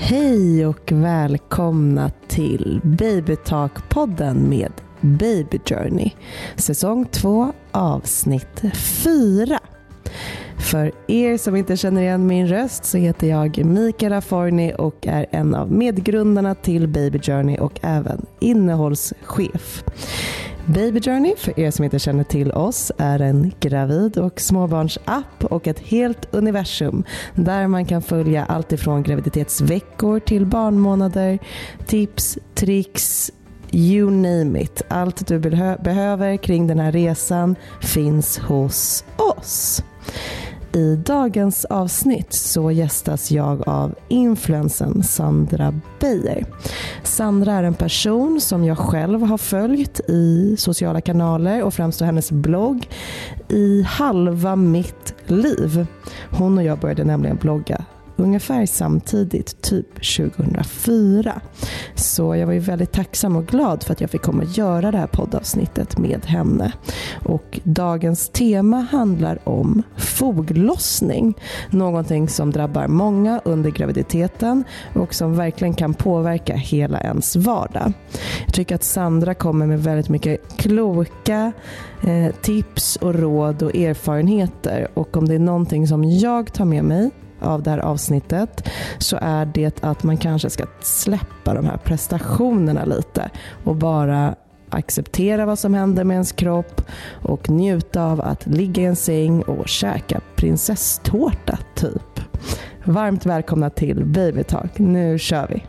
Hej och välkomna till Baby Talk-podden med Baby Journey. Säsong 2, avsnitt 4. För er som inte känner igen min röst så heter jag Mikaela Forni och är en av medgrundarna till Baby Journey och även innehållschef. Baby Journey, för er som inte känner till oss, är en gravid- och småbarnsapp och ett helt universum där man kan följa allt ifrån graviditetsveckor till barnmånader, tips, tricks, you name it. Allt du behöver kring den här resan finns hos oss. I dagens avsnitt så gästas jag av influencern Sandra Beijer. Sandra är en person som jag själv har följt i sociala kanaler och främst hennes blogg i halva mitt liv. Hon och jag började nämligen blogga ungefär samtidigt, typ 2004. Så jag var ju väldigt tacksam och glad för att jag fick komma och göra det här poddavsnittet med henne. Och dagens tema handlar om foglossning. Någonting som drabbar många under graviditeten och som verkligen kan påverka hela ens vardag. Jag tycker att Sandra kommer med väldigt mycket kloka tips och råd och erfarenheter. Och om det är någonting som jag tar med mig av det här avsnittet så är det att man kanske ska släppa de här prestationerna lite och bara acceptera vad som händer med ens kropp och njuta av att ligga i en säng och käka prinsesstårta typ. Varmt välkomna till Baby Talk. Nu kör vi!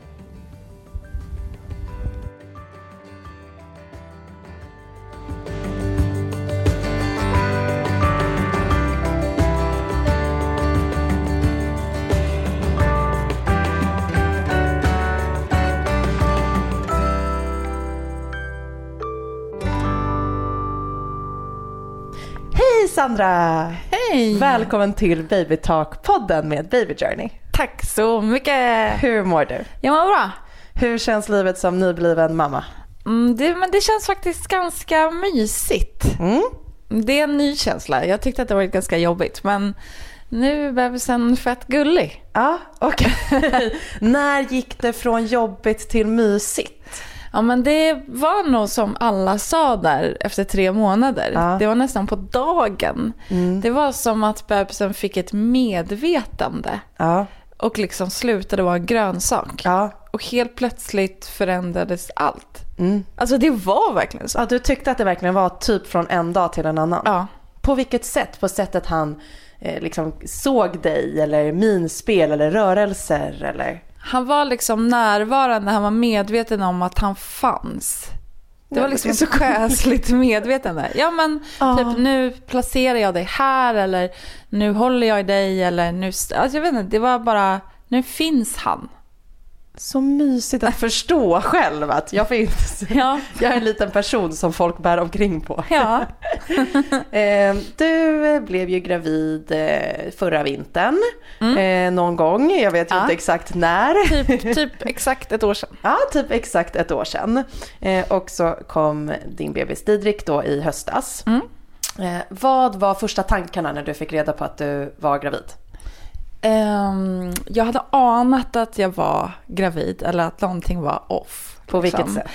Sandra, hej! Välkommen till Baby Talk-podden med Baby Journey. Tack så mycket! Hur mår du? Jag mår bra. Hur känns livet som nybliven mamma? Det känns faktiskt ganska mysigt. Det är en ny känsla. Jag tyckte att det var ganska jobbigt, men nu är bebisen fett gullig. Ja, okej. När gick det från jobbigt till mysigt? Ja, men det var nog som alla sa där efter 3 månader. Ja. Det var nästan på dagen. Det var som att bebisen fick ett medvetande. Ja. Och liksom slutade vara en grönsak. Ja. Och helt plötsligt förändrades allt. Alltså det var verkligen så. Ja, du tyckte att det verkligen var typ från en dag till en annan. Ja. På vilket sätt? På sättet han liksom såg dig eller minspel eller rörelser eller... Han var liksom närvarande, han var medveten om att han fanns. Det var liksom så själsligt medvetande. Ja men typ nu placerar jag dig här eller nu håller jag i dig eller nu... Alltså jag vet inte, det var bara, nu finns han. Så mysigt att förstå själv att jag finns. Ja. Jag är en liten person som folk bär omkring på. Ja. Du blev ju gravid förra vintern. Någon gång, jag vet ju inte exakt när. Typ exakt ett år sedan. Ja, typ exakt ett år sedan. Och så kom din bebis Didrik då i höstas. Vad var första tankarna när du fick reda på att du var gravid? Jag hade anat att jag var gravid eller att någonting var off. På vilket sätt?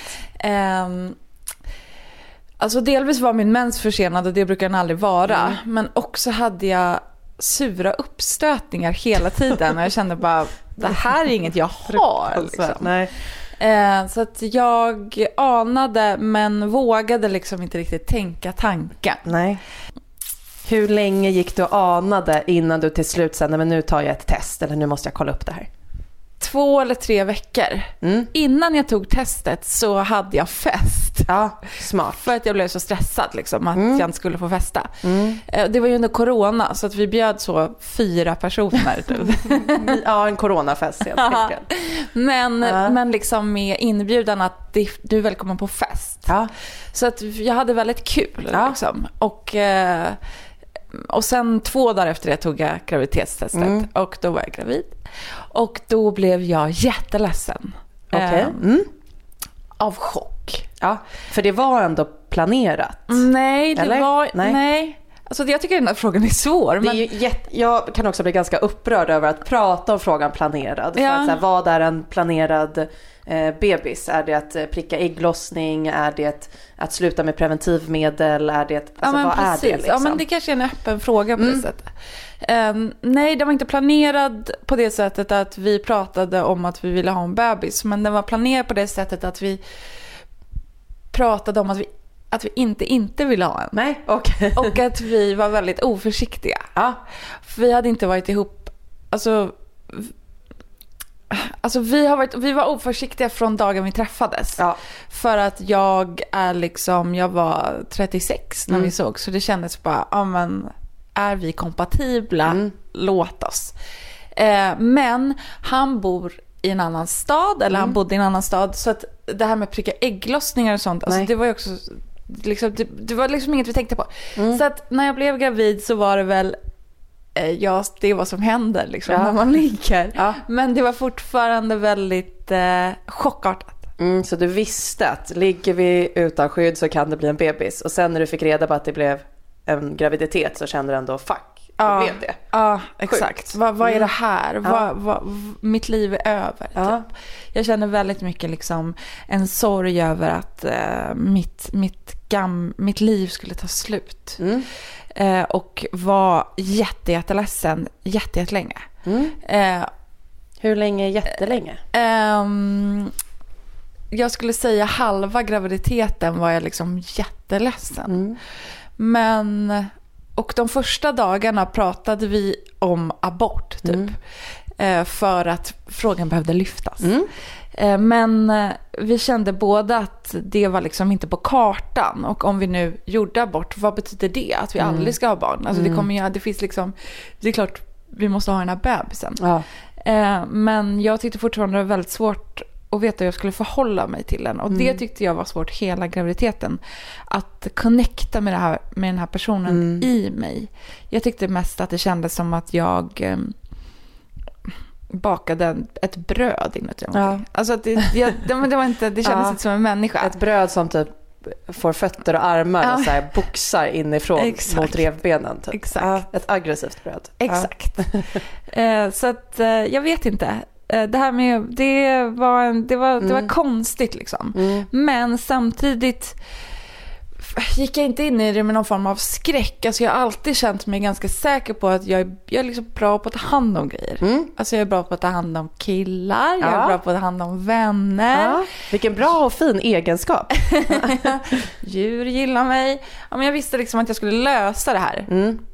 Alltså delvis var min mens försenad och det brukar den aldrig vara. Men också hade jag sura uppstötningar hela tiden och jag kände bara, det här är inget jag har. Liksom. Nej. Så att jag anade men vågade liksom inte riktigt tänka tanken. Nej. Hur länge gick du och anade innan du till slut sa, men nu tar jag ett test eller nu måste jag kolla upp det här? 2 eller 3 veckor. Innan jag tog testet så hade jag fest. Ja, smart. För att jag blev så stressad liksom, att jag inte skulle få festa. Det var ju under corona så att vi bjöd så 4 personer. Ja, en coronafest helt enkelt. Men liksom med inbjudan att du är välkommen på fest. Ja. Så att jag hade väldigt kul liksom. Och sen 2 dagar efter det tog jag graviditetstestet och då var jag gravid. Och då blev jag jätteledsen. Av chock. Ja, för det var ändå planerat. Nej, det var... Nej. Alltså jag tycker den här frågan är svår. Men... jag kan också bli ganska upprörd över att prata om frågan planerad. För att, så här, vad är en planerad bebis? Är det att pricka ägglossning? Är det att sluta med preventivmedel? Är det, alltså, vad precis. är det? Liksom? Ja, men det kanske är en öppen fråga på det sättet. Nej, det var inte planerad på det sättet att vi pratade om att vi ville ha en bebis. Men den var planerad på det sättet att vi pratade om att vi inte ville ha en. Nej, okay. Och att vi var väldigt oförsiktiga. Ja. För vi hade inte varit ihop... Alltså vi var oförsiktiga från dagen vi träffades. Ja. För att jag var 36 när vi såg. Så det kändes bara, men är vi kompatibla? Låt oss. Men han bor i en annan stad. Eller han bodde i en annan stad. Så att det här med pricka ägglossningar och sånt, alltså det var ju också liksom, det var liksom inget vi tänkte på. Så att när jag blev gravid så var det väl det är vad som händer liksom, när man ligger. Ja. Men det var fortfarande väldigt chockartat. Så du visste att ligger vi utan skydd så kan det bli en bebis. Och sen när du fick reda på att det blev en graviditet så kände du ändå det blev det. Ja, exakt. Vad är det här? Mitt liv är över. Ja. Typ. Jag känner väldigt mycket liksom en sorg över att mitt liv skulle ta slut. Och var jätteledsen jättelänge. Hur länge jättelänge? Jag skulle säga halva graviditeten var jag liksom jätteledsen. Men och de första dagarna pratade vi om abort typ. För att frågan behövde lyftas. Men vi kände båda att det var liksom inte på kartan. Och om vi nu gjorde abort, vad betyder det? Att vi aldrig ska ha barn? Alltså det finns liksom, det är klart vi måste ha den här bebisen. Ja. Men jag tyckte fortfarande det var väldigt svårt att veta hur jag skulle förhålla mig till den. Och det tyckte jag var svårt hela graviditeten. Att connecta med den här personen i mig. Jag tyckte mest att det kändes som att jag bakade ett bröd inuti. Ja. Alltså att det var inte, det kändes inte som en människa. Ett bröd som typ får fötter och armar och så här boxar inifrån mot revbenen. Typ. Exakt. Ett aggressivt bröd. Exakt. Så att jag vet inte. Det här med det var konstigt liksom. Men samtidigt gick jag inte in i det med någon form av skräck. Alltså jag har alltid känt mig ganska säker på att jag är liksom bra på att ta hand om grejer. Alltså jag är bra på att ta hand om killar. Jag är bra på att ta hand om vänner. Ja. Vilken bra och fin egenskap. Djur gillar mig. Ja, men jag visste liksom att jag skulle lösa det här.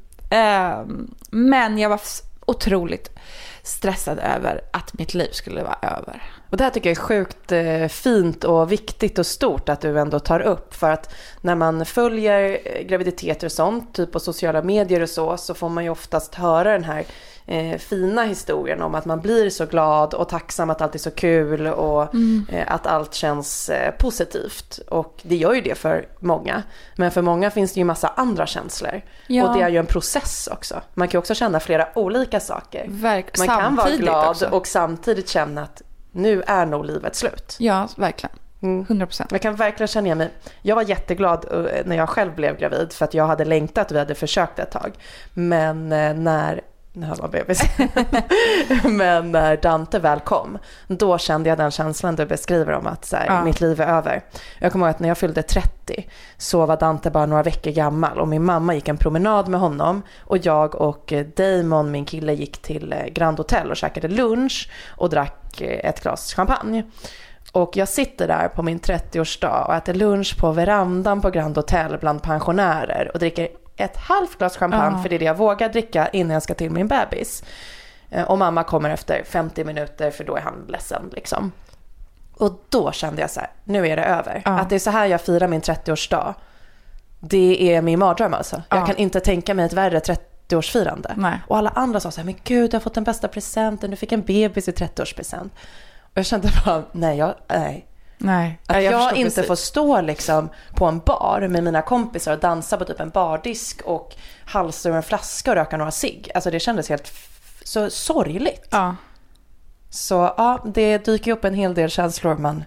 Men jag var otroligt stressad över att mitt liv skulle vara över. Och det här tycker jag är sjukt fint och viktigt och stort att du ändå tar upp. För att när man följer graviditeter och sånt, typ på sociala medier och så får man ju oftast höra den här fina historien om att man blir så glad och tacksam att allt är så kul och att allt känns positivt. Och det gör ju det för många. Men för många finns det ju massa andra känslor. Ja. Och det är ju en process också. Man kan ju också känna flera olika saker. Man kan vara glad också. Och samtidigt känna att nu är nog livet slut. Ja, verkligen. 100%. Jag kan verkligen känna mig. Jag var jätteglad när jag själv blev gravid för att jag hade längtat och vi hade försökt ett tag. Men när var bebis. Men när Dante väl kom, då kände jag den känslan du beskriver om att så här, mitt liv är över. Jag kommer ihåg att när jag fyllde 30 så var Dante bara några veckor gammal och min mamma gick en promenad med honom och jag och Damon, min kille, gick till Grand Hotel och käkade lunch och drack ett glas champagne. Och jag sitter där på min 30-årsdag och äter lunch på verandan på Grand Hotel bland pensionärer och dricker ett halvt glas champagne för det är det jag vågar dricka innan jag ska till min bebis. Och mamma kommer efter 50 minuter för då är han ledsen liksom. Och då kände jag så här, nu är det över. Att det är så här jag firar min 30-årsdag. Det är min mardröm alltså. Jag kan inte tänka mig ett värre 30-årsfirande. Nej. Och alla andra sa så här, men gud, du har fått den bästa presenten. Du fick en bebis i 30-årspresent. Och jag kände bara, nej. Att jag inte får stå liksom på en bar med mina kompisar och dansa på typ en bardisk och halsa ur en flaska och röka några cigg. Alltså det kändes helt så sorgligt. Ja. Så ja, det dyker upp en hel del känslor man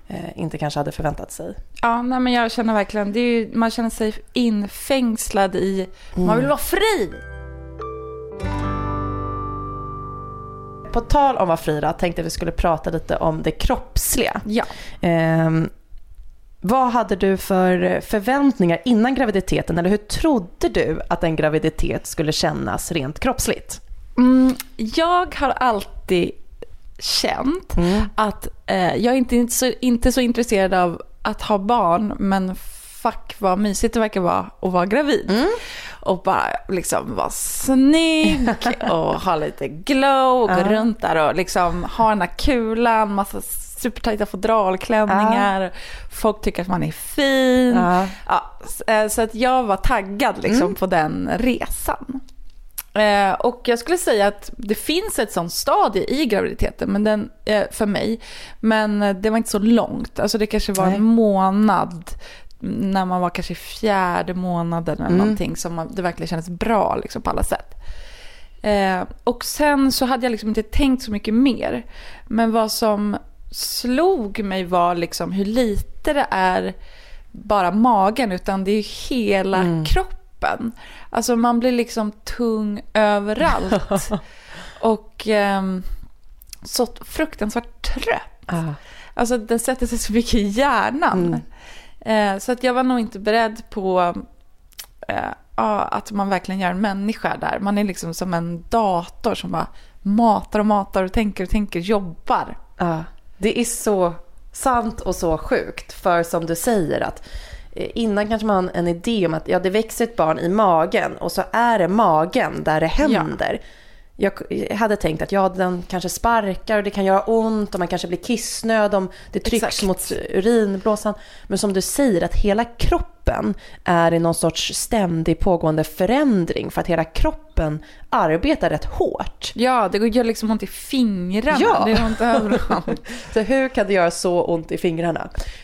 inte kanske hade förväntat sig. Ja, nej, men jag känner verkligen, det är ju, man känner sig infängslad i, man vill vara fri. På tal om vad fri, tänkte vi skulle prata lite om det kroppsliga. Ja. Vad hade du för förväntningar innan graviditeten, eller hur trodde du att en graviditet skulle kännas rent kroppsligt? Jag har alltid känt att jag är inte så intresserad av att ha barn, men fuck vad mysigt det verkar vara att vara gravid. Och bara liksom vara snygg och ha lite glow och gå runt där och liksom ha den här kulan, massa supertajta fodralklänningar. Folk tycker att man är fin. Så att jag var taggad liksom på den resan. Och jag skulle säga att det finns ett sånt stadie i graviditeten, men den, för mig, men det var inte så långt. Alltså det kanske var en månad när man var kanske i 4:e månaden eller någonting som det verkligen kändes bra liksom på alla sätt. Och sen så hade jag liksom inte tänkt så mycket mer, men vad som slog mig var liksom hur lite det är bara magen, utan det är hela kroppen. Alltså man blir liksom tung överallt och så fruktansvärt trött. Alltså den sätter sig så mycket i hjärnan. Så att jag var nog inte beredd på att man verkligen gör en människa där. Man är liksom som en dator som bara matar och tänker, jobbar. Det är så sant och så sjukt, för som du säger att innan kanske man har en idé om att det växer ett barn i magen och så är det magen där det händer. Jag hade tänkt att den kanske sparkar och det kan göra ont och man kanske blir kissnöd om det trycks mot urinblåsan. Men som du säger, att hela kroppen är i någon sorts ständig pågående förändring, för att hela kroppen arbetar rätt hårt. Ja, det gör liksom ont i fingrarna. Ja. Det är ont överallt. Så hur kan det göra så ont i fingrarna?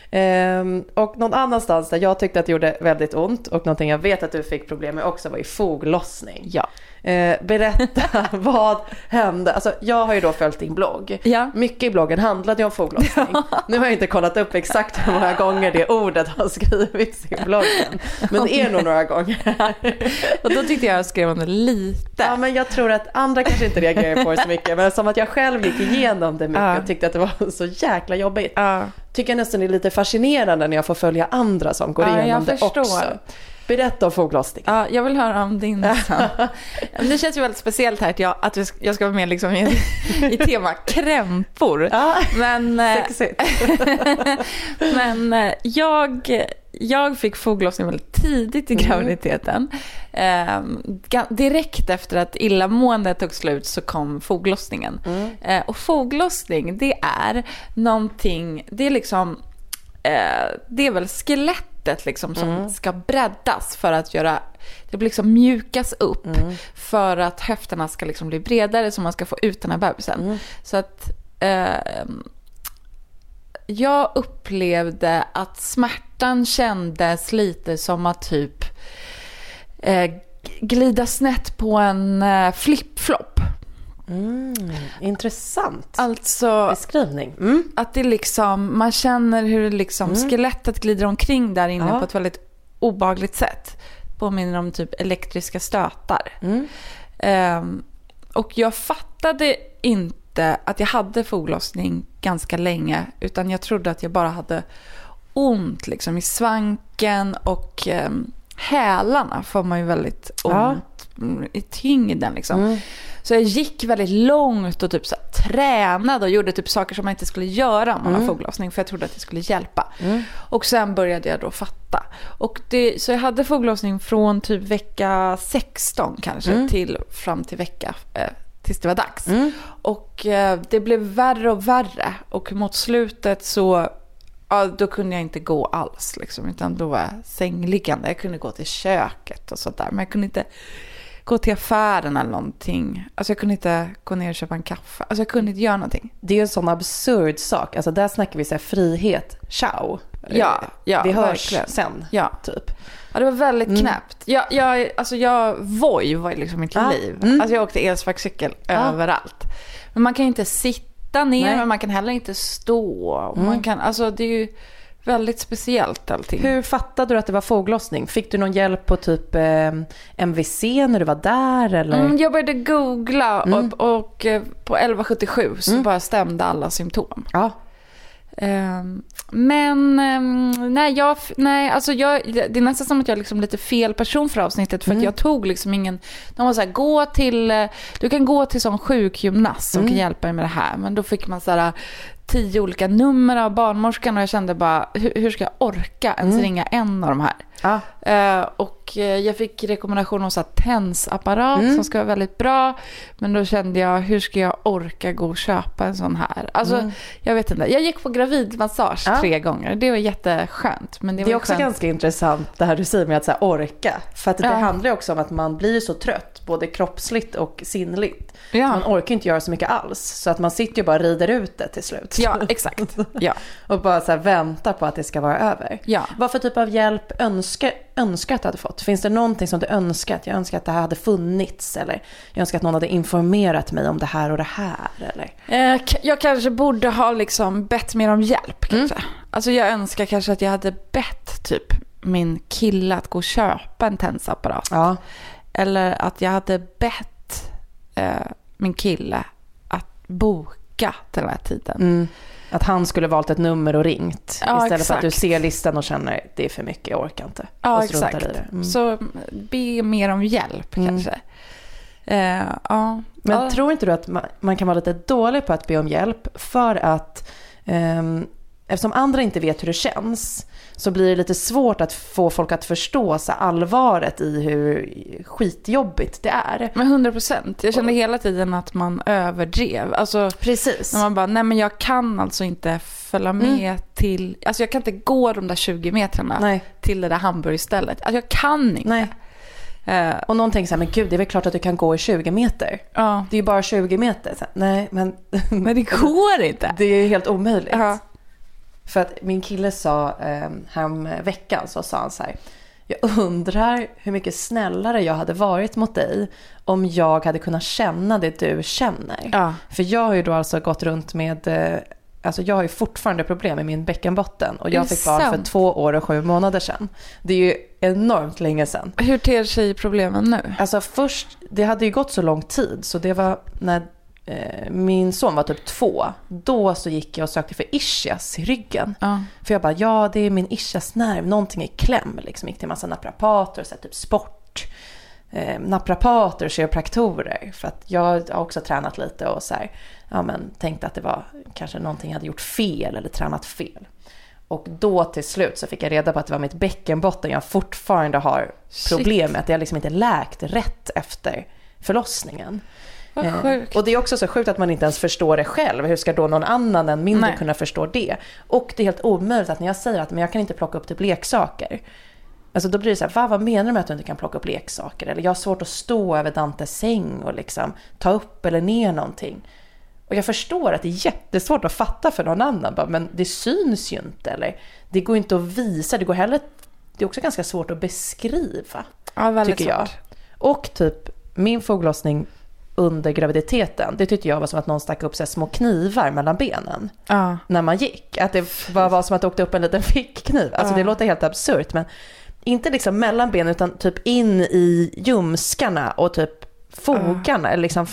Och någon annanstans där jag tyckte att det gjorde väldigt ont, och någonting jag vet att du fick problem med också, var i foglossning. Ja. Berätta, vad hände? Alltså, jag har ju då följt din blogg. Ja. Mycket i bloggen handlade ju om foglossning. Nu har jag inte kollat upp exakt hur många gånger det ordet har skrivits i bloggen. Men det är nog några gånger. Och då tyckte jag skrev om det lite. Ja, men jag tror att andra kanske inte reagerar på det så mycket. Men som att jag själv gick igenom det mycket och tyckte att det var så jäkla jobbigt. Tycker jag nästan är lite fascinerande när jag får följa andra som går igenom det också. Berätta om foglossning. Ja, jag vill höra om din. Det känns ju väldigt speciellt här att jag ska vara med liksom i tema krämpor. Men men jag fick foglossning väldigt tidigt i graviditeten. Direkt efter att illamåendet tog slut så kom foglossningen. Och foglossning, det är någonting, det är liksom det är väl skelettet liksom som ska breddas för att göra det blir liksom mjukas upp för att höfterna ska liksom bli bredare så man ska få ut den här bebisen. Så att jag upplevde att smärtan kändes lite som att typ glida snett på en flip-flop. Intressant. Alltså beskrivning. Att det liksom, man känner hur liksom skelettet glider omkring där inne på ett väldigt obehagligt sätt. Påminner om typ elektriska stötar. Och jag fattade inte att jag hade foglossning ganska länge, utan jag trodde att jag bara hade ont liksom i svanken och hälarna får man ju väldigt ont i tyngden liksom. Så jag gick väldigt långt och typ så tränade och gjorde typ saker som man inte skulle göra om man har foglossning, för jag trodde att det skulle hjälpa. Och sen började jag då fatta. Och så jag hade foglossning från typ vecka 16 kanske fram till vecka tills det var dags. Och det blev värre och värre, och mot slutet så då kunde jag inte gå alls liksom, utan då var jag sängliggande. Jag kunde gå till köket och sånt där, men jag kunde inte gå till affären eller någonting. Alltså jag kunde inte gå ner och köpa en kaffe. Alltså jag kunde inte göra någonting. Det är ju en sån absurd sak. Alltså där snackar vi så här frihet. Ciao. Ja, vi hörs verkligen. sen. Ja. Typ. Ja, det var väldigt knäppt. Jag var liksom mitt liv. Alltså jag åkte elsparkcykel överallt. Men man kan inte sitta sitta ner, men man kan heller inte stå. Man kan, alltså det är ju väldigt speciellt allting. Hur fattade du att det var foglossning? Fick du någon hjälp på typ MVC när du var där? Eller? Jag började googla och på 1177 så bara stämde alla symptom. Ja. Men alltså det är nästan som att jag är liksom lite fel person för avsnittet, för att jag tog liksom ingen, de var så här, du kan gå till sån sjukgymnast som kan hjälpa dig med det här, men då fick man så här 10 olika nummer av barnmorskan och jag kände bara, hur ska jag orka ens ringa en av de här? Ja. Och jag fick rekommendation om så här tensapparat som ska vara väldigt bra, men då kände jag, hur ska jag orka gå och köpa en sån här? Alltså jag vet inte, jag gick på gravidmassage 3 gånger, det var jätteskönt, men det är också ganska intressant det här du säger med att så här, orka, för att det handlar ju också om att man blir så trött både kroppsligt och sinnligt. Man orkar inte göra så mycket alls, så att man sitter ju bara och rider ut det till slut. Ja, exakt. Ja. Och bara så här väntar på att det ska vara över. Ja. Vad för typ av hjälp önskar att du hade fått? Finns det någonting som du önskat? Jag önskar att det här hade funnits, eller jag önskar att någon hade informerat mig om det här och det här, eller? Jag kanske borde ha liksom bett mer om hjälp kanske. Alltså jag önskar kanske att jag hade bett typ min kille att gå och köpa en tensapparat. Ja. Eller att jag hade bett min kille att boka den här tiden. Att han skulle valt ett nummer och ringt istället exakt. för att du ser listan och känner det är för mycket, jag orkar inte. Ja, exakt. Så be mer om hjälp kanske. Men tror inte du att man kan vara lite dålig på att be om hjälp för att eftersom andra inte vet hur det känns, så blir det lite svårt att få folk att förstå så allvaret i hur skitjobbigt det är. Men 100%. Jag kände hela tiden att man överdrev. Alltså, precis. När man bara, nej men jag kan alltså inte följa med till... Alltså jag kan inte gå de där 20 metrarna till det där hamburgerstället. Alltså jag kan inte. Nej. Och någon tänker så här, men gud, det är väl klart att du kan gå i 20 meter. Ja. Det är ju bara 20 meter. Så, nej, men det går inte. Det är helt omöjligt. Ja. För att min kille sa veckan så sa han så här: jag undrar hur mycket snällare jag hade varit mot dig om jag hade kunnat känna det du känner. Ja. För jag har ju då alltså gått runt med alltså jag har ju fortfarande problem med min bäckenbotten och jag fick barn för 2 år och 7 månader sedan. Det är ju enormt länge sedan. Hur ter sig problemen nu? Alltså först, det hade ju gått så lång tid så det var när min son var typ 2, då så gick jag och sökte för ischias i ryggen. För jag bara, det är min ischiasnerv, någonting är kläm liksom. Gick till en massa naprapater och så här, typ sport naprapater och kiropraktorer, för att jag har också tränat lite och så här, tänkte att det var kanske någonting jag hade gjort fel eller tränat fel. Och då till slut så fick jag reda på att det var mitt bäckenbotten jag fortfarande har problem med, att jag liksom inte läkt rätt efter förlossningen. Och det är också så sjukt att man inte ens förstår det själv. Hur ska då någon annan än mindre kunna förstå det? Och det är helt omöjligt att när jag säger att men jag kan inte plocka upp typ leksaker. Alltså då blir det så här, vad menar du med att du inte kan plocka upp leksaker? Eller jag har svårt att stå över Dantes säng och liksom ta upp eller ner någonting. Och jag förstår att det är jättesvårt att fatta för någon annan. Men det syns ju inte. Eller det går inte att visa. Det är också ganska svårt att beskriva. Ja, väldigt tycker jag. Och typ min foglossning under graviditeten, det tyckte jag var som att någon stack upp så här små knivar mellan benen när man gick. Att det var som att det åkte upp en liten fickkniv. Alltså det låter helt absurt, men inte liksom mellan benen utan typ in i ljumskarna och typ fogarna eller liksom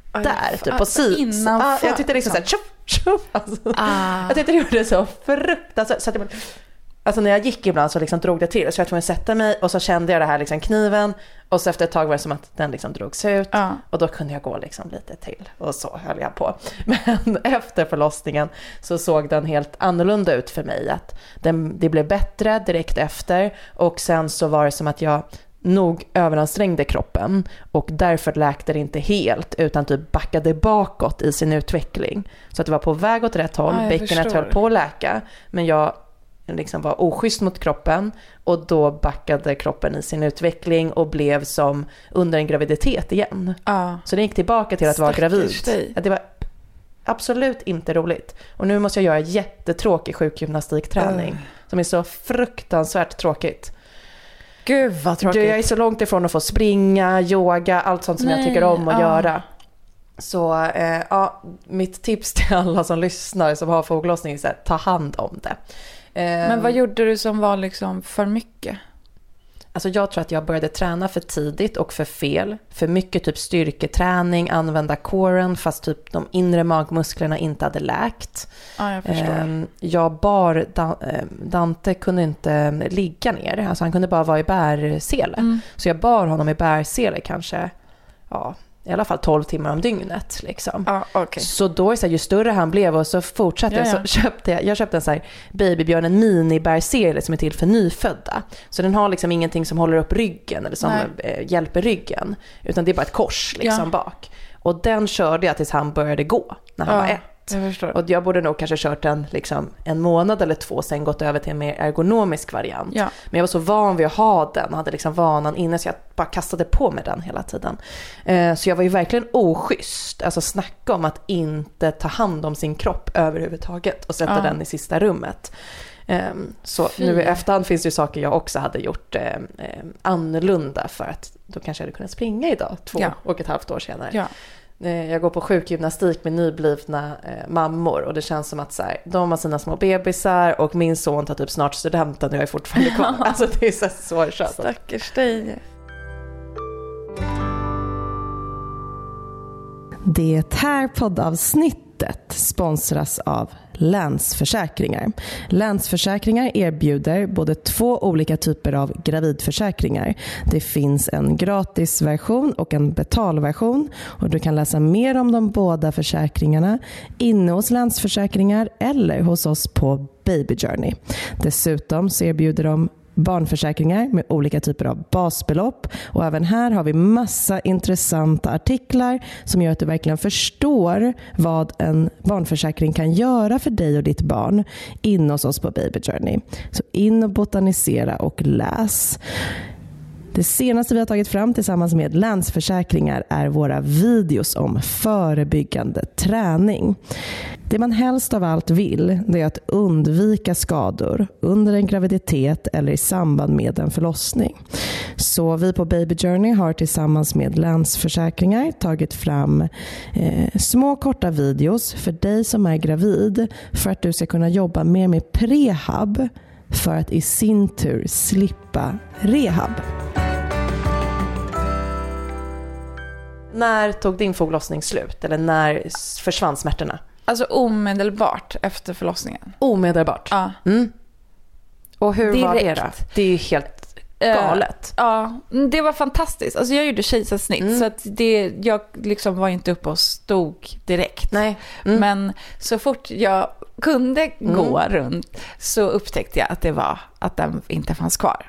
där typ på sidan. Jag tyckte liksom så här tjup. Alltså, jag tyckte det gjorde så fruktansvärt så att det, alltså när jag gick ibland så liksom drog det till, så jag tvungen att sätta mig och så kände jag det här liksom kniven och så efter ett tag var det som att den liksom drogs ut och då kunde jag gå liksom lite till och så höll jag på. Men efter förlossningen så såg den helt annorlunda ut för mig, att det blev bättre direkt efter och sen så var det som att jag nog överansträngde kroppen och därför läkte det inte helt utan typ backade bakåt i sin utveckling. Så att det var på väg åt rätt håll, bäckenet höll på att läka, men jag liksom var oschysst mot kroppen och då backade kroppen i sin utveckling och blev som under en graviditet igen. Så det gick tillbaka till att vara gravid. Det var absolut inte roligt. Och nu måste jag göra jättetråkig sjukgymnastikträning som är så fruktansvärt tråkigt. Gud vad tråkigt. Jag är så långt ifrån att få springa, yoga, allt sånt som jag tycker om att göra. Så mitt tips till alla som lyssnar som har foglossning är så här, ta hand om det. Men vad gjorde du som var liksom för mycket? Alltså jag tror att jag började träna för tidigt och för fel. För mycket typ styrketräning, använda coren fast typ de inre magmusklerna inte hade läkt. Ja, jag förstår. Jag bar, Dante kunde inte ligga ner. Alltså han kunde bara vara i bärsele. Så jag bar honom i bärsele kanske, i alla fall 12 timmar om dygnet liksom. Okay. Så då är så här, ju större han blev och så fortsatte jag, så köpte jag en så här babybjörn, mini-bärsele som är till för nyfödda. Så den har liksom ingenting som håller upp ryggen eller som hjälper ryggen, utan det är bara ett kors liksom bak. Och den körde jag tills han började gå när han var 1. Och jag borde nog kanske kört den liksom 1 månad eller 2, sen gått över till en mer ergonomisk variant. Men jag var så van vid att ha den och hade liksom vanan inne, så jag bara kastade på med den hela tiden. Så jag var ju verkligen oschysst. Alltså snacka om att inte ta hand om sin kropp överhuvudtaget och sätta den i sista rummet. Så nu i efterhand finns det ju saker jag också hade gjort annorlunda, för att då kanske jag hade kunnat springa idag 2,5 år senare. Jag går på sjukgymnastik med nyblivna mammor och det känns som att så här, de har sina små bebisar och min son tar typ snart studenten och jag är fortfarande kvar. Alltså det är så svårt. Stackars dig. Det här poddavsnittet sponsras av Länsförsäkringar. Länsförsäkringar erbjuder både 2 olika typer av gravidförsäkringar. Det finns en gratisversion och en betalversion, och du kan läsa mer om de båda försäkringarna inne hos Länsförsäkringar eller hos oss på Baby Journey. Dessutom så erbjuder de barnförsäkringar med olika typer av basbelopp, och även här har vi massa intressanta artiklar som gör att du verkligen förstår vad en barnförsäkring kan göra för dig och ditt barn in hos oss på Baby Journey. Så in och botanisera och läs. Det senaste vi har tagit fram tillsammans med Länsförsäkringar är våra videos om förebyggande träning. Det man helst av allt vill, det är att undvika skador under en graviditet eller i samband med en förlossning. Så vi på Baby Journey har tillsammans med Länsförsäkringar tagit fram små korta videos för dig som är gravid, för att du ska kunna jobba mer med prehab för att i sin tur slippa rehab. När tog din förlossning slut? Eller när försvann smärtorna? Alltså omedelbart efter förlossningen. Omedelbart? Ja. Och hur var det då? Det är ju helt galet. Ja, det var fantastiskt. Alltså jag gjorde kejsarsnitt, så att jag liksom var inte uppe och stod direkt. Nej. Men så fort jag kunde gå runt så upptäckte jag att den inte fanns kvar.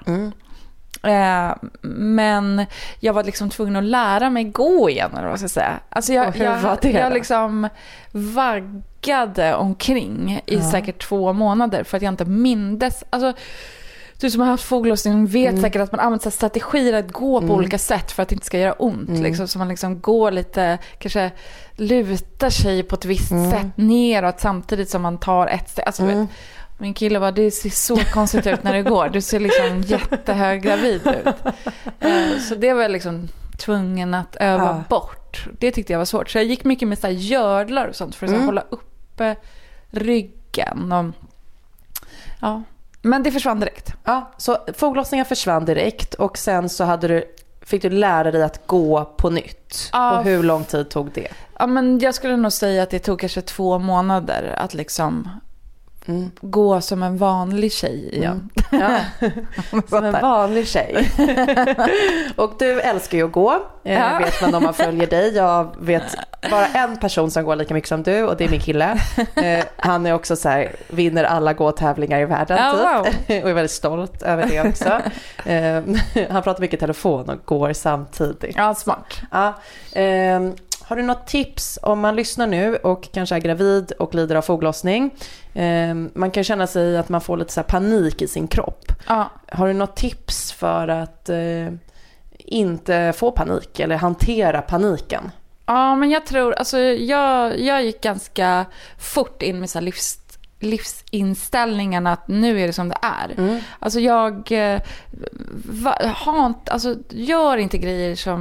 Men jag var liksom tvungen att lära mig gå igen, eller vad ska jag säga. Alltså jag liksom vaggade omkring i säkert 2 månader för att jag inte mindes. Alltså du som har haft förlossning vet säkert att man använder strategier att gå på olika sätt för att det inte ska göra ont. Liksom, så man liksom går lite, kanske lutar sig på ett visst sätt neråt samtidigt som man tar ett steg. Alltså, min kille var, det ser så konstigt ut när det går. Du ser liksom jättehög gravid ut. Så det var jag liksom tvungen att öva bort. Det tyckte jag var svårt. Så jag gick mycket med så här gördlar och sånt för att hålla uppe ryggen. Och, men det försvann direkt. Ja, så förlossningen försvann direkt och sen så fick du lära dig att gå på nytt. Och hur lång tid tog det? Ja, men jag skulle nog säga att det tog kanske 2 månader att liksom gå som en vanlig tjej igen. Ja. Som en vanlig tjej. Och du älskar ju att gå. Vet man om man följer dig. Jag vet bara en person som går lika mycket som du, och det är min kille. Han är också så här, vinner alla gåtävlingar i världen typ. Och är väldigt stolt över det också. Han pratar mycket i telefon och går samtidigt. Ja, smart. Ja. Har du något tips om man lyssnar nu och kanske är gravid och lider av förlossning? Man kan känna sig att man får lite så här panik i sin kropp. Ja. Har du något tips för att inte få panik eller hantera paniken? Ja, men jag tror, alltså jag gick ganska fort in med så här livsinställningen att nu är det som det är. Alltså jag gör inte grejer som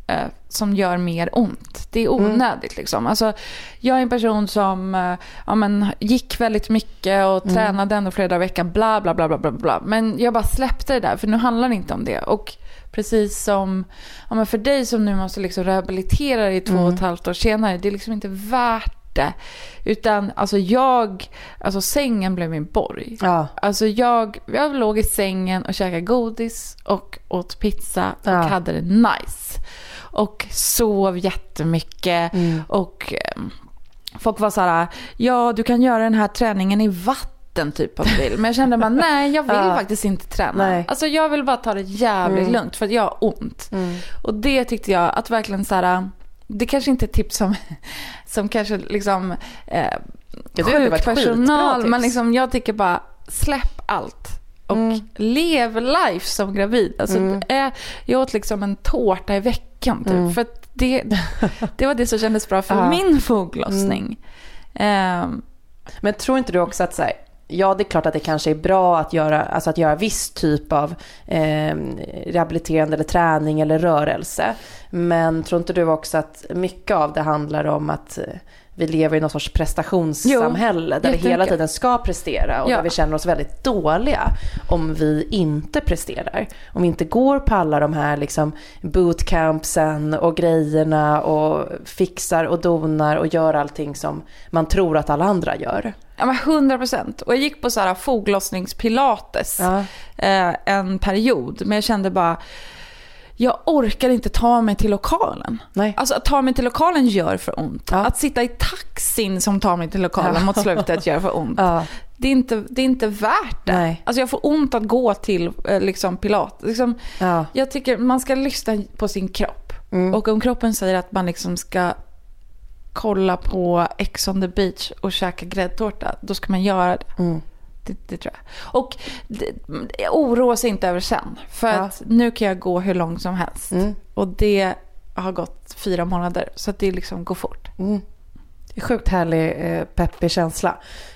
som gör mer ont. Det är onödigt liksom. Alltså, jag är en person som gick väldigt mycket och tränade ändå flera dagar i veckan, bla bla bla bla bla bla. Men jag bara släppte det där, för nu handlar det inte om det. Och precis som för dig som nu måste liksom rehabilitera dig 2,5 år senare, det är liksom inte värt det. Utan alltså sängen blev min borg. Ja. Alltså jag låg i sängen och käkade godis och åt pizza och hade det nice. Och sov jättemycket. Och folk var så här: ja, du kan göra den här träningen i vatten typ om du vill. Men jag kände bara, nej, jag vill faktiskt inte träna. Nej. Alltså jag vill bara ta det jävligt lugnt för att jag har ont. Och det tyckte jag att verkligen så här, det kanske inte är tips som kanske liksom sjukpersonal, men liksom jag tycker bara släpp allt och lev life som gravid. Alltså jag åt liksom en tårta i veckan typ, för att det var det som kändes bra för min foglossning. Men tror inte du också att så här, ja, det är klart att det kanske är bra att göra viss typ av rehabiliterande eller träning eller rörelse. Men tror inte du också att mycket av det handlar om att vi lever i någon sorts prestationssamhälle där vi hela tiden ska prestera och där vi känner oss väldigt dåliga om vi inte presterar. Om vi inte går på alla de här liksom bootcampsen och grejerna och fixar och donar och gör allting som man tror att alla andra gör. Ja, men 100%. Och jag gick på så här foglossningspilates en period, men jag kände bara, jag orkar inte ta mig till lokalen. Nej. Alltså att ta mig till lokalen gör för ont. Ja. Att sitta i taxin som tar mig till lokalen mot slutet gör för ont. Ja. Det är inte värt det. Nej. Alltså jag får ont att gå till liksom pilates. Liksom, jag tycker man ska lyssna på sin kropp. Och om kroppen säger att man liksom ska kolla på Ex on the Beach och käka gräddtårta, då ska man göra det. Det tror jag. Och oroa sig inte över sen. För att nu kan jag gå hur långt som helst. Och det har gått 4 månader. Så att det liksom går fort. Det är sjukt härlig peppig känsla.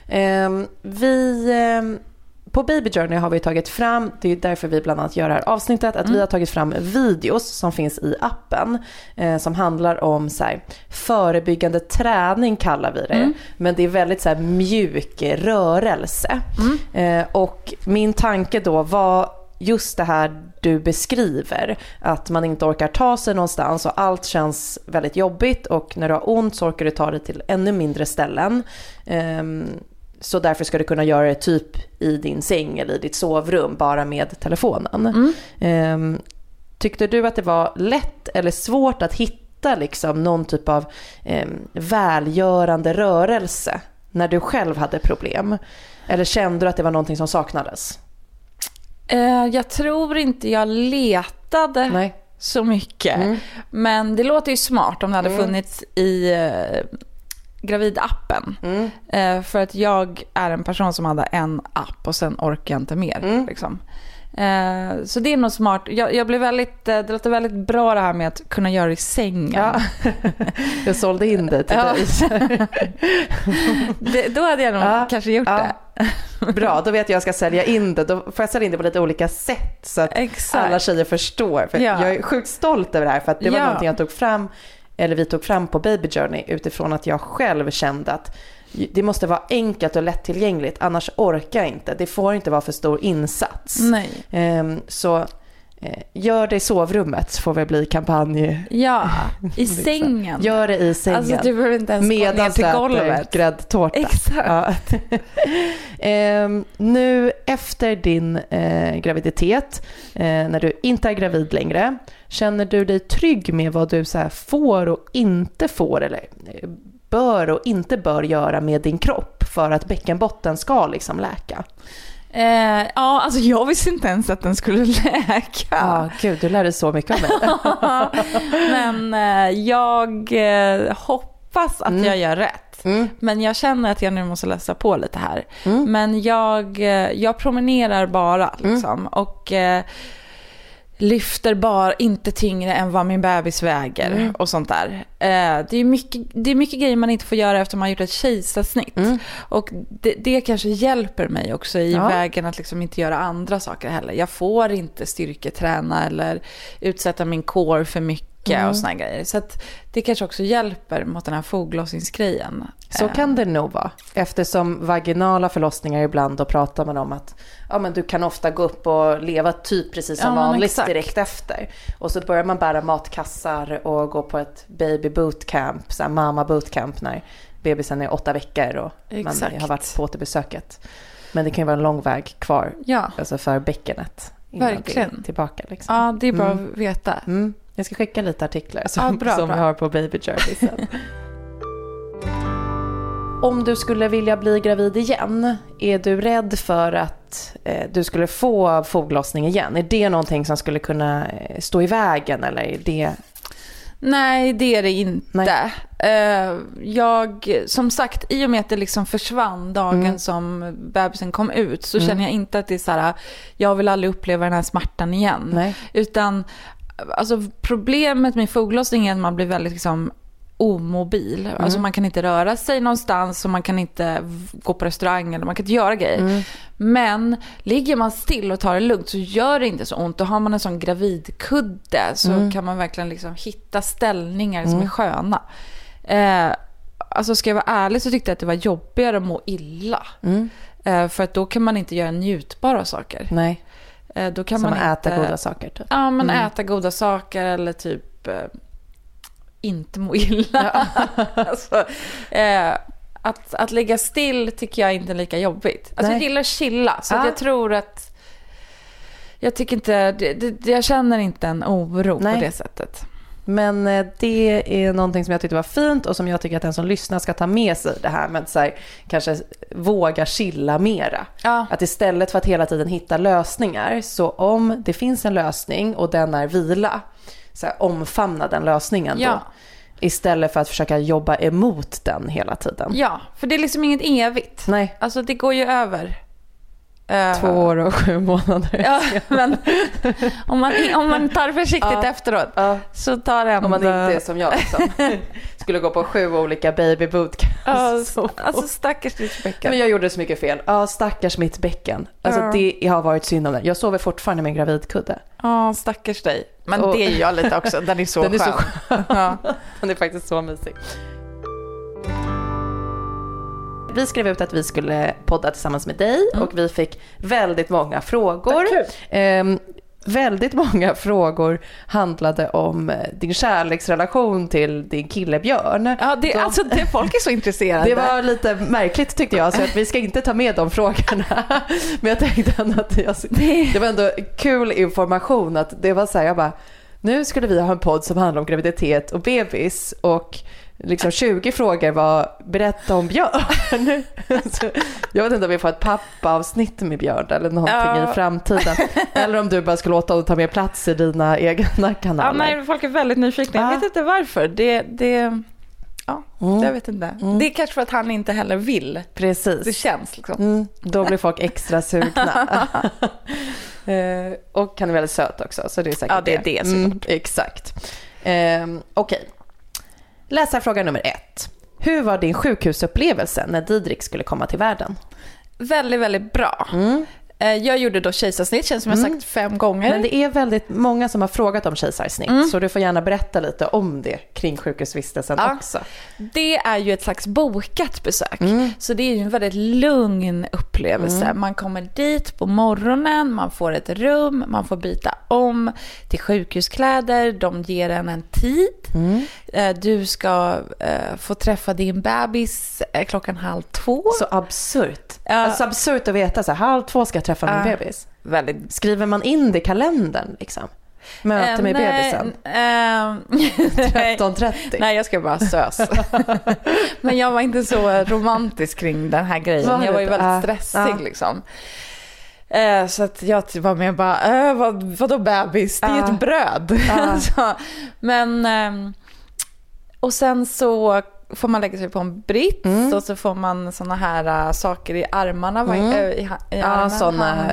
På Baby Journey har vi tagit fram, det är därför vi bland annat gör det här avsnittet, att vi har tagit fram videos som finns i appen som handlar om så här, förebyggande träning kallar vi det. Men det är väldigt så här, mjuk rörelse. Och min tanke då var just det här du beskriver, att man inte orkar ta sig någonstans och allt känns väldigt jobbigt, och när du har ont så orkar du ta dig till ännu mindre ställen. Så därför ska du kunna göra det typ i din säng eller i ditt sovrum bara med telefonen. Tyckte du att det var lätt eller svårt att hitta liksom någon typ av välgörande rörelse när du själv hade problem? Eller kände du att det var någonting som saknades? Jag tror inte jag letade så mycket. Men det låter ju smart om det hade funnits i gravidappen. För att jag är en person som hade en app och sen orkar jag inte mer. Liksom. Så det är nog smart. Jag blev det låter väldigt bra det här med att kunna göra det i sängen. Ja. Jag sålde in det till dig. Då hade jag nog kanske gjort det. Bra, då vet jag ska sälja in det. Då får jag sälja in det på lite olika sätt så att alla tjejer förstår. För jag är sjukt stolt över det här, för att det var någonting jag tog fram, eller vi tog fram på Baby Journey utifrån att jag själv kände att det måste vara enkelt och lättillgängligt, annars orkar jag inte. Det får inte vara för stor insats. Nej. Så gör det i sovrummet, så får vi bli kampanj. Ja, i sängen. Gör det i sängen. Alltså du behöver inte ens gå ner till golvet. Gräddtårta. Exakt. Ja. Nu efter din graviditet, när du inte är gravid längre, känner du dig trygg med vad du så här får och inte får, eller bör och inte bör göra med din kropp för att bäckenbotten ska liksom läka? Ja, alltså jag visste inte ens att den skulle läka. Ja, gud, du lärde så mycket av mig. Men jag hoppas att jag gör rätt. Men jag känner att jag nu måste läsa på lite här. Men jag promenerar bara liksom, och lyfter bara inte tyngre än vad min bebis väger och sånt där. Det är mycket grejer man inte får göra efter man har gjort ett kejsarsnitt. Och det kanske hjälper mig också i vägen att liksom inte göra andra saker heller. Jag får inte styrketräna eller utsätta min core för mycket mycket och såna grejer. Så att det kanske också hjälper mot den här foglossningsgrejen. Så kan det nog vara. Eftersom vaginala förlossningar ibland, då pratar man om att men du kan ofta gå upp och leva typ precis som vanligt direkt efter. Och så börjar man bära matkassar och gå på ett baby bootcamp, så här mamma bootcamp när bebisen är 8 veckor och man har varit på återbesöket. Men det kan ju vara en lång väg kvar alltså för bäckenet. Verkligen. Tillbaka liksom. Ja, det är bra att veta. Jag ska skicka lite artiklar som vi har på Baby Journey sen. Om du skulle vilja bli gravid igen, är du rädd för att du skulle få foglossning igen? Är det någonting som skulle kunna stå i vägen eller är det... Nej, det är det inte. Jag, som sagt, i och med att det liksom försvann dagen som bebisen kom ut, så känner jag inte att det är så här, jag vill aldrig uppleva den här smärtan igen. Nej. Utan alltså, problemet med foglossning är att man blir väldigt liksom omobil. Alltså man kan inte röra sig någonstans och man kan inte gå på restaurang eller man kan inte göra grejer. Men ligger man still och tar det lugnt så gör det inte så ont. Och har man en sån gravidkudde så kan man verkligen liksom hitta ställningar som är sköna. Alltså ska jag vara ärlig så tyckte jag att det var jobbigare att må illa. För att då kan man inte göra njutbara saker. Nej. Då kan som man äta inte goda saker typ. Ja, men äta goda saker eller typ inte må illa. Alltså, att lägga still tycker jag inte är lika jobbigt. Alltså jag gillar att chilla. Så att jag tror att jag tycker inte jag känner inte en oro på det sättet. Men det är någonting som jag tyckte var fint och som jag tycker att den som lyssnar ska ta med sig det här med att så här, kanske våga chilla mera. Att istället för att hela tiden hitta lösningar, så om det finns en lösning och den är vila, så här, omfamna den lösningen då. Istället för att försöka jobba emot den hela tiden. Ja, för det är liksom inget evigt. Nej. Alltså det går ju över. 2 år och 7 månader. Ja, men om man tar försiktigt efteråt så tar det ändå... Om man inte är som jag liksom. Skulle gå på 7 olika baby bootcamps. Alltså stackars mitt bäcken. Men jag gjorde så mycket fel. Stackars mitt bäcken. Alltså det har varit synd om det. Jag sover fortfarande med en gravidkudde. Stackars dig. Men det är jag lite också. Den är så skön. Den är faktiskt så mysig. Vi skrev ut att vi skulle podda tillsammans med dig och vi fick väldigt många frågor. Väldigt många frågor handlade om din kärleksrelation till din kille Björn. Ja, alltså det folk är så intresserade. Det var lite märkligt tyckte jag, så att vi ska inte ta med de frågorna. Men jag tänkte ändå att det var ändå kul information att det var så här, jag bara, nu skulle vi ha en podd som handlar om graviditet och bebis och liksom 20 frågor var berätta om Björn. Så jag vet inte om vi får ett pappa-avsnitt med Björn eller någonting i framtiden. Eller om du bara ska låta honom ta mer plats i dina egna kanaler. Nej, folk är väldigt nyfikna. Jag vet inte varför. Jag vet inte. Det är kanske för att han inte heller vill. Precis. Det känns liksom. Då blir folk extra sugna. Och han är väldigt söt också. Så det är säkert det är det. Exakt. Okej. Läsarfråga nummer 1. Hur var din sjukhusupplevelse när Didrik skulle komma till världen? Väldigt, väldigt bra. Jag gjorde då kejsarsnitt, känns som jag sagt 5 gånger. Men det är väldigt många som har frågat om kejsarsnitt. Så du får gärna berätta lite om det kring sjukhusvistelsen också. Det är ju ett slags bokat besök. Så det är ju en väldigt lugn upplevelse. Man kommer dit på morgonen, man får ett rum, man får byta om till sjukhuskläder. De ger en tid. Du ska få träffa din bebis 1:30. Så absurt. Alltså absurt att veta så här, 1:30 ska jag träffa min bebis. Väldigt. Skriver man in det i kalendern liksom? Möte med bebisen. 13:30. Nej, jag ska bara sös. Men jag var inte så romantisk kring den här grejen. Jag var ju väldigt stressig liksom. Så att jag var med och bara, vadå bebis? Det är ett bröd. Så, men och sen så får man lägga sig på en brits och så får man såna här saker i armarna. I armen, såna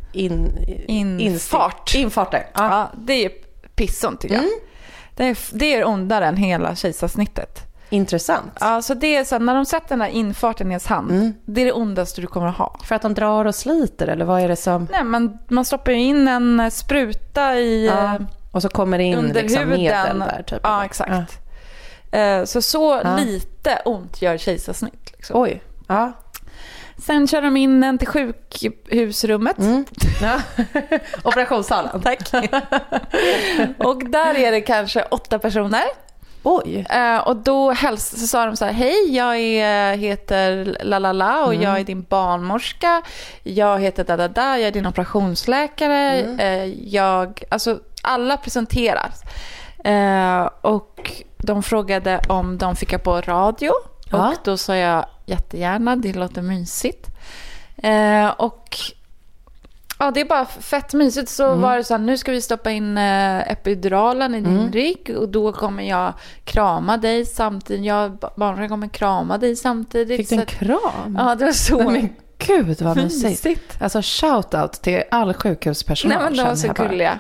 infarter. Ja, det är pisson tycker jag. Det är ondare än hela kejsarsnittet. Intressant. Ja, så det är så när de sätter den där infarten i ens hand, det är det ondaste du kommer att ha. För att de drar och sliter eller vad är det som? Nej, men man stoppar ju in en spruta i Och så kommer det in under liksom huden. medel där. Typ. Ja, exakt. Så lite ont gör kejsarsnitt. Liksom. Oj, ja. Sen kör de in den till sjukhusrummet. Ja. Operationssalen. Tack. Och där är det kanske 8 personer. Oj. Och då så sa de så här: hej, jag heter lalala och jag är din barnmorska. Jag heter dadada, jag är din operationsläkare. Alltså alla presenteras. Och de frågade om de fick på radio. Och då sa jag jättegärna, det låter mysigt. Och ja, det är bara fett mysigt. Så var det så här: nu ska vi stoppa in epiduralen i din rygg. Och då kommer jag krama dig samtidigt. Barnen kommer krama dig samtidigt. Fick du en kram? Ja, det var så. Men gud vad mysigt. Alltså shoutout till all sjukhuspersonal. Nej, men de var så gulliga.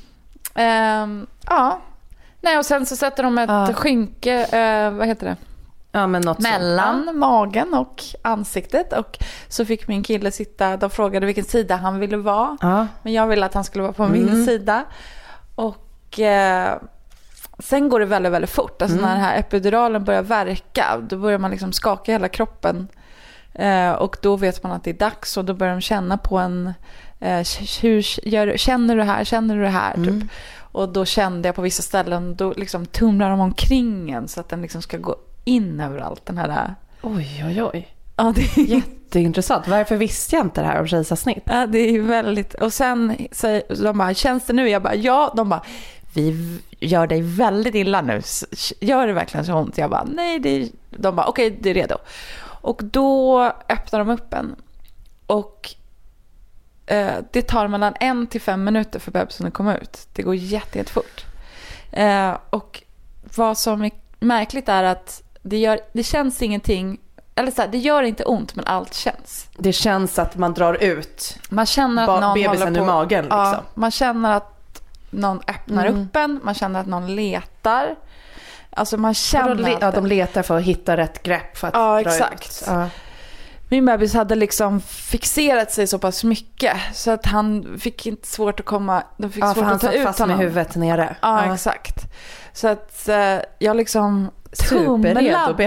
Ja. Nej, och sen så sätter de ett skynke, vad heter det? Ja, men något mellan magen och ansiktet. Och så fick min kille sitta. De frågade vilken sida han ville vara. Men jag ville att han skulle vara på min sida. Och sen går det väldigt, väldigt fort. Alltså när den här epiduralen börjar verka, då börjar man liksom skaka hela kroppen. Och då vet man att det är dags. Och då börjar de känna på en känner du det här typ. Och då kände jag på vissa ställen, då liksom tumlar de omkring en så att den liksom ska gå in överallt, den här. Oj. Ja, det är jätteintressant. Varför visste jag inte det här om kejsarsnitt? Ja, det är ju väldigt. Och sen så de bara, känns det nu? Jag bara, ja. De bara, vi gör dig väldigt illa nu. Gör det verkligen så ont? Jag bara, nej. De bara, okej, det är redo. Och då öppnar de upp en. Och det tar mellan 1 till 5 minuter för bebisen att komma ut. Det går jättefort. Och vad som är märkligt är att det känns ingenting, eller så här, det gör inte ont, men allt känns. Det känns att man drar ut. Man känner att någon bebisen ur magen liksom. Ja, man känner att någon öppnar upp en, man känner att någon letar. Alltså man känner de letar för att hitta rätt grepp för att dra exakt. Ut. Ja. Min bebis hade liksom fixerat sig så pass mycket så att han fick inte svårt att komma. De fick svårt att ta ut fast honom. Med huvudet nere. Ja, exakt. Så att jag liksom tumlade.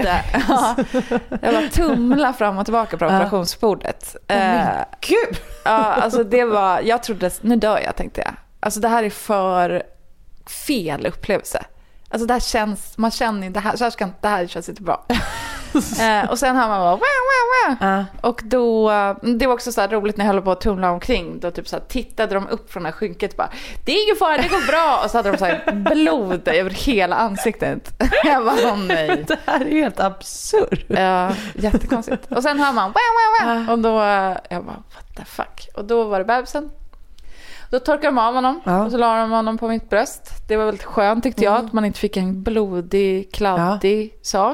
Jag var tumla fram och tillbaka på operationsbordet. Gud! Ja, alltså det var, jag trodde, nu dör jag, tänkte jag. Alltså det här är för fel upplevelse. Alltså det här känns, man känner det här känns inte bra. Och sen har man bara och då, det var också så här roligt när jag höll på att tumla omkring, då typ så här, tittade de upp från det här skynket bara, det är ingen fara, det går bra, och så hade de så här blod över hela ansiktet. Jag bara, nej. Det här är ju helt absurt. Ja, jättekonstigt. Och sen hör man och då, jag bara, what the fuck. Och då var det bebisen. Då torkade de av honom och så la de honom på mitt bröst. Det var väldigt skönt, tyckte jag, att man inte fick en blodig, kladdig sak.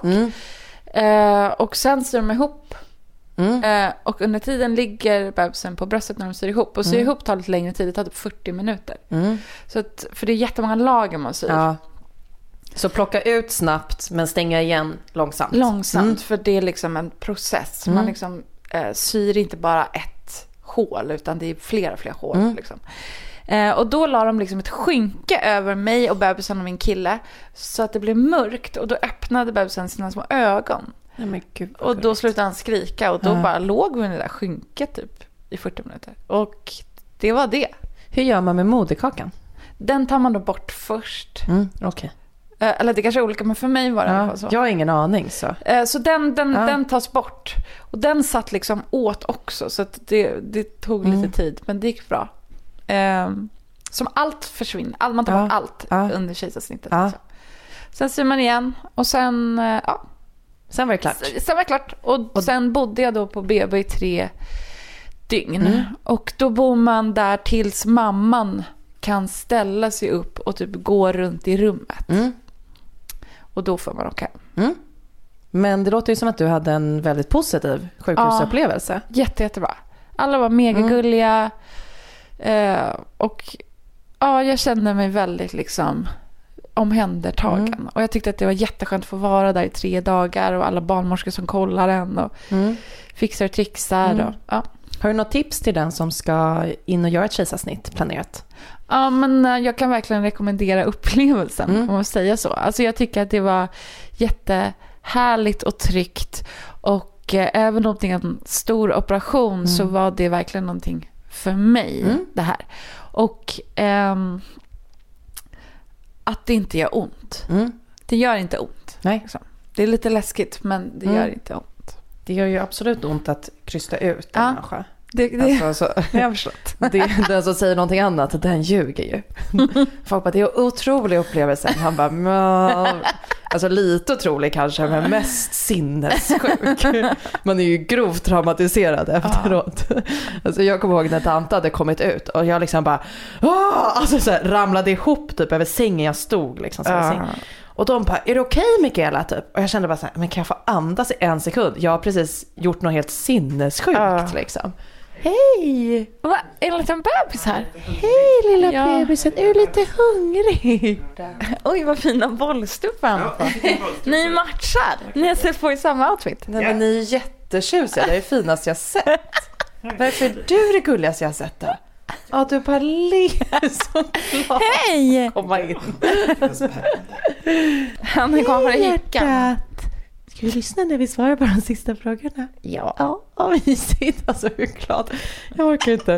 Och sen syr de ihop. Och under tiden ligger bebisen på bröstet när de syr ihop. Och syr ihop tar lite längre tid, det tar typ 40 minuter. Så att, för det är jättemånga lager man syr. Ja. Så plocka ut snabbt men stänga igen långsamt. Långsamt, för det är liksom en process. Man liksom syr inte bara ett hål, utan det är flera hål liksom. Och då la de liksom ett skynke över mig och bebisen och min kille så att det blev mörkt, och då öppnade bebisen sina små ögon. Nej, men Gud, och då slutade han skrika, och då bara låg vi i det där skynket typ i 40 minuter. Och det var det. Hur gör man med moderkakan? Den tar man då bort först. Okej. Eller det kanske är olika, men för mig var det i alla fall så. Jag har ingen aning så. Så den tas bort. Och den satt liksom åt också, så att det tog lite tid, men det gick bra. Som allt försvinner. Man tar bort allt under kejsarsnittet. Liksom. Sen syr man igen, och sen sen var det klart. Sen var det klart. Och sen bodde jag då på BB i 3 dygn. Och då bor man där tills mamman kan ställa sig upp och typ gå runt i rummet. Och då får man åka hem. Men det låter ju som att du hade en väldigt positiv sjukhusupplevelse. Jättebra. Alla var megagulliga. Och jag kände mig väldigt liksom omhändertagen. Och jag tyckte att det var jätteskönt att få vara där i 3 dagar, och alla barnmorskor som kollar en och fixar och trixar. Och, Har du något tips till den som ska in och göra ett kejsarsnitt planerat? Ja, men jag kan verkligen rekommendera upplevelsen, om man säger så. Alltså jag tycker att det var jättehärligt och tryggt. Och även om det är en stor operation så var det verkligen någonting för mig, det här. Och att det inte gör ont. Det gör inte ont. Nej. Liksom. Det är lite läskigt, men det gör inte ont. Det gör ju absolut ont att krysta ut en människa. Alltså, jag har förstått. Den som säger någonting annat, den ljuger ju. Folk bara, det är en otrolig upplevelse. Han bara, alltså lite otrolig kanske, men mest sinnessjuk. Man är ju grovt traumatiserad efteråt. Alltså jag kommer ihåg när Dante hade kommit ut och jag liksom bara, alltså så här, ramlade ihop typ över sängen jag stod liksom. Och de bara, är det okej Mikaela typ? Och jag kände bara så här, men kan jag få andas i 1 sekund? Jag har precis gjort något helt sinnessjukt liksom. Hej! Va? Är en liten bebis här? Hej lilla bebisen, är du lite hungrig? Oj, vad fina bollstuppar. Ni matchar. Ni ser på i samma outfit. Nej, men ni är jättetjusiga, det är det finaste jag sett. Varför är du det gulligaste jag sett då? Ja, du bara ler så klart. Hej! Komma in. Han kommer i hickan. Ska vi lyssna när vi svarar på de sista frågorna? Ja. Ja, mysigt. Alltså hur glad. Jag orkar inte.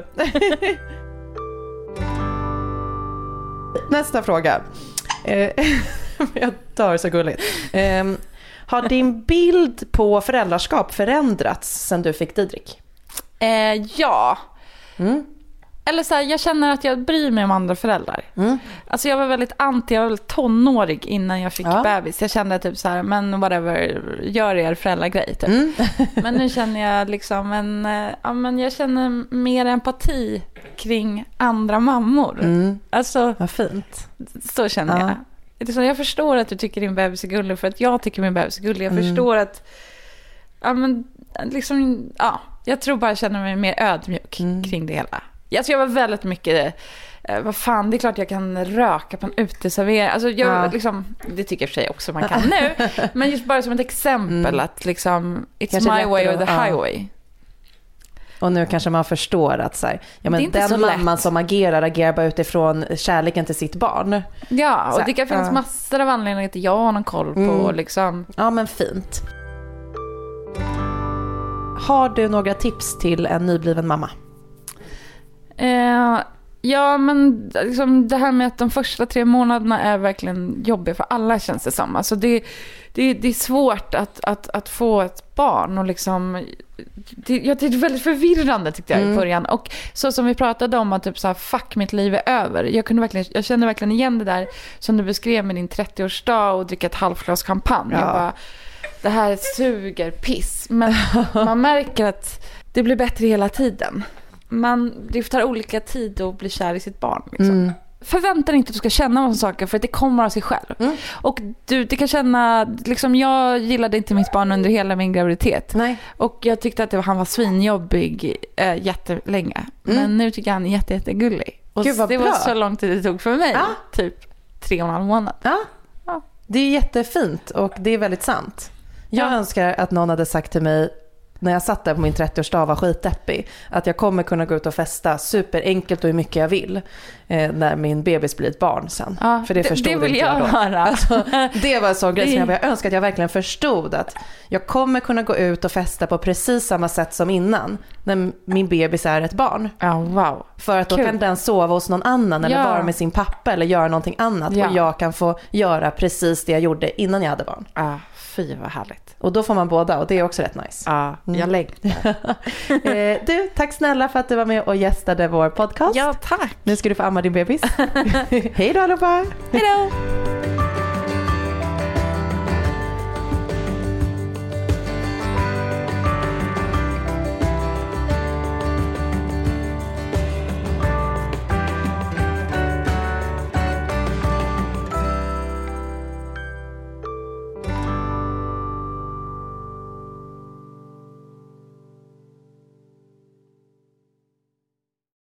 Nästa fråga. Jag dör så gulligt. Har din bild på föräldraskap förändrats sedan du fick Didrik? Ja. Eller så här, jag känner att jag bryr mig om andra föräldrar. Alltså jag var väldigt jag var väldigt tonårig innan jag fick bebis. Jag kände typ så här, men whatever, gör er föräldragrej typ. Men nu känner jag liksom men jag känner mer empati kring andra mammor. Alltså, vad fint. Så känner jag. Jag förstår att du tycker din bebis är gullig för att jag tycker min bebis är gullig. Jag förstår att jag tror bara jag känner mig mer ödmjuk kring det hela. Alltså jag var väldigt mycket vad fan, det är klart jag kan röka på en uteservering. Alltså liksom, det tycker jag för sig också man kan nu. Men just bara som ett exempel att liksom, it's kanske my way or the highway. Och nu kanske man förstår att så här, men den mamman som agerar bara utifrån kärleken till sitt barn. Ja, och det kan finnas massor av anledningar till jag har någon koll på liksom. Ja, men fint. Har du några tips till en nybliven mamma? Ja, men liksom det här med att de första 3 månaderna är verkligen jobbiga för alla, känns det som. Alltså det är svårt att få ett barn och liksom det är väldigt förvirrande tyckte jag i början. Och så som vi pratade om att typ så här, fuck, mitt liv är över. Jag kände verkligen igen det där som du beskrev med din 30-årsdag och dricka ett halvglas champagne. Jag bara, det här suger piss. Men man märker att det blir bättre hela tiden. Det tar olika tid att bli kär i sitt barn liksom. Förvänta dig inte att du ska känna massa saker, för att det kommer av sig själv. Och det kan känna liksom, jag gillade inte mitt barn under hela min graviditet. Nej. Och jag tyckte att han var svinjobbig jättelänge. Men nu tycker jag han är jättegullig. Och Gud, vad det bra. var så lång tid det tog för mig. Typ 3,5 månader. Ja. Det är jättefint och det är väldigt sant. Jag önskar att någon hade sagt till mig när jag satt där på min 30-årsdag var skitdeppig, att jag kommer kunna gå ut och festa superenkelt och hur mycket jag vill när min bebis blir ett barn sen. För det förstod det vill inte jag då. Höra. Alltså, det var en sån grej som jag önskar att jag verkligen förstod, att jag kommer kunna gå ut och festa på precis samma sätt som innan när min bebis är ett barn. Wow. För att då kan den sova hos någon annan eller vara med sin pappa eller göra någonting annat och jag kan få göra precis det jag gjorde innan jag hade barn. Fy vad härligt. Och då får man båda och det är också rätt nice. Jag längtar. Du, tack snälla för att du var med och gästade vår podcast. Ja, tack. Nu ska du få amma din bebis. Hej då allihopa. Hej då.